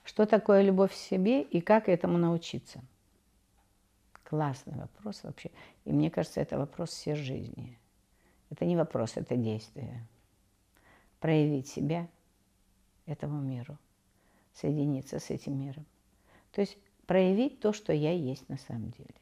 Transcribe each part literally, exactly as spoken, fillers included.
Что такое любовь к себе и как этому научиться? Классный вопрос вообще. И мне кажется, это вопрос всей жизни. Это не вопрос, это действие. Проявить себя этому миру, соединиться с этим миром. То есть проявить то, что я есть на самом деле.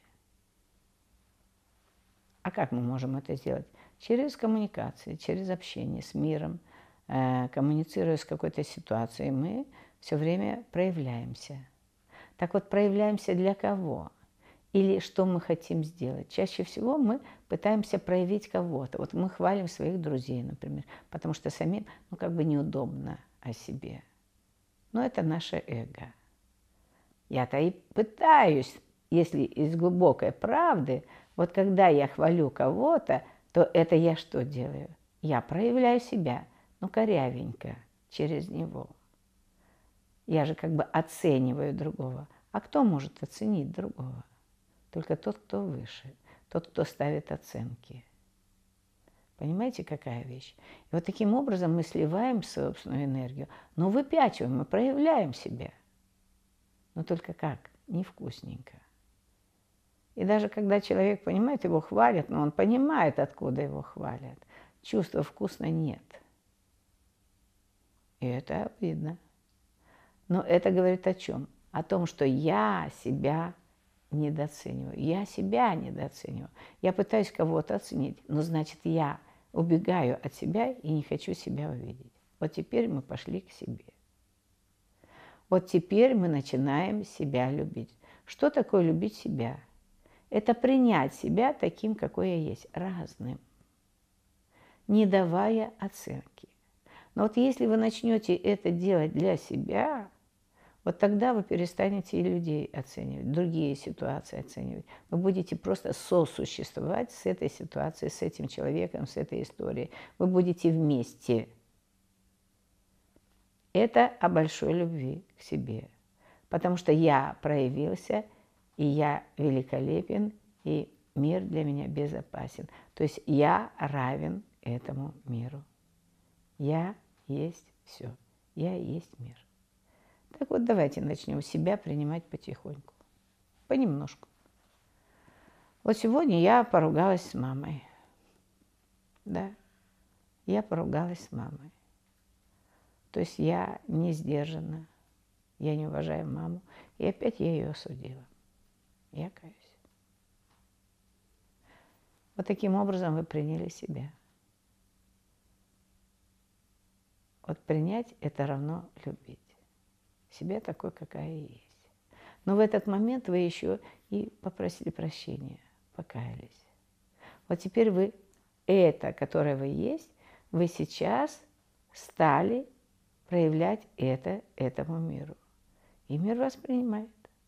А как мы можем это сделать? Через коммуникации, через общение с миром, э, коммуницируя с какой-то ситуацией, мы все время проявляемся. Так вот, проявляемся для кого? Или что мы хотим сделать? Чаще всего мы пытаемся проявить кого-то. Вот мы хвалим своих друзей, например, потому что самим, ну, как бы неудобно о себе. Но это наше эго. Я-то и пытаюсь, если из глубокой правды, вот когда я хвалю кого-то, то это я что делаю? Я проявляю себя, ну, корявенько, через него. Я же как бы оцениваю другого. А кто может оценить другого? Только тот, кто выше, тот, кто ставит оценки. Понимаете, какая вещь? И вот таким образом мы сливаем собственную энергию, но выпячиваем, мы проявляем себя. Но только как? Невкусненько. И даже когда человек понимает, его хвалят, но он понимает, откуда его хвалят, чувства вкусно нет. И это видно. Но это говорит о чем? О том, что я себя недооцениваю. Я себя недооцениваю. Я пытаюсь кого-то оценить, но значит, я убегаю от себя и не хочу себя увидеть. Вот теперь мы пошли к себе. Вот теперь мы начинаем себя любить. Что такое любить себя? Это принять себя таким, какой я есть, разным, не давая оценки. Но вот если вы начнете это делать для себя, вот тогда вы перестанете и людей оценивать, другие ситуации оценивать. Вы будете просто сосуществовать с этой ситуацией, с этим человеком, с этой историей. Вы будете вместе. Это о большой любви к себе. Потому что я проявился, и я великолепен, и мир для меня безопасен. То есть я равен этому миру. Я есть все. Я есть мир. Так вот, давайте начнем себя принимать потихоньку, понемножку. Вот сегодня я поругалась с мамой. Да, я поругалась с мамой. То есть я не сдержана, я не уважаю маму. И опять я ее осудила. Я каюсь. Вот таким образом вы приняли себя. Вот принять – это равно любить. Себя такой, какая есть. Но в этот момент вы еще и попросили прощения, покаялись. Вот теперь вы это, которое вы есть, вы сейчас стали проявлять это этому миру. И мир вас принимает.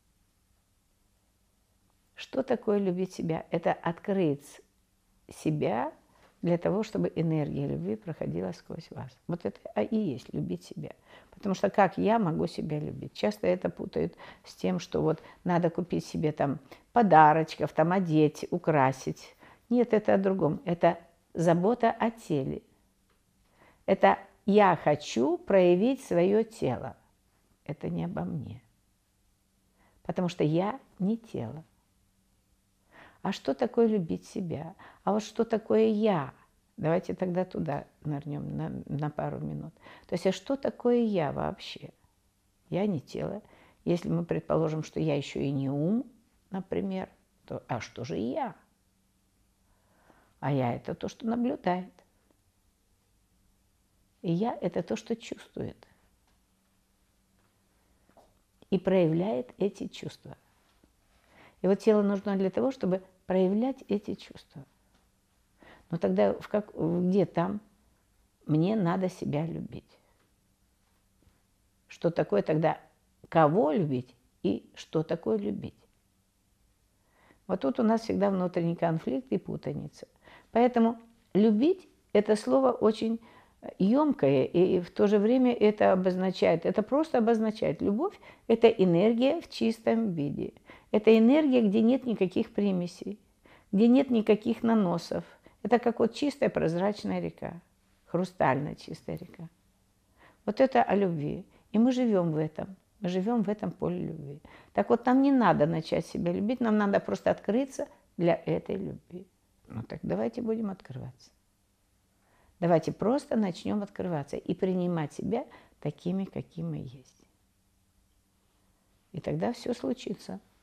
Что такое любить себя? Это открыть себя для того, чтобы энергия любви проходила сквозь вас. Вот это и есть любить себя. Потому что как я могу себя любить? Часто это путают с тем, что вот надо купить себе там подарочков, там одеть, украсить. Нет, это о другом. Это забота о теле. Это я хочу проявить свое тело. Это не обо мне. Потому что я не тело. А что такое любить себя? А вот что такое я? Давайте тогда туда нырнем на, на пару минут. То есть, а что такое я вообще? Я не тело. Если мы предположим, что я еще и не ум, например, то а что же я? А я – это то, что наблюдает. И я – это то, что чувствует. И проявляет эти чувства. И вот тело нужно для того, чтобы проявлять эти чувства. Но тогда в как, где там мне надо себя любить? Что такое тогда кого любить и что такое любить? Вот тут у нас всегда внутренний конфликт и путаница. Поэтому любить – это слово очень емкое, и в то же время это обозначает, это просто обозначает. Любовь – это энергия в чистом виде. Это энергия, где нет никаких примесей, где нет никаких наносов. Это как вот чистая прозрачная река, хрустально чистая река. Вот это о любви. И мы живем в этом. Мы живем в этом поле любви. Так вот, нам не надо начать себя любить, нам надо просто открыться для этой любви. Ну так давайте будем открываться. Давайте просто начнем открываться и принимать себя такими, какими мы есть. И тогда все случится.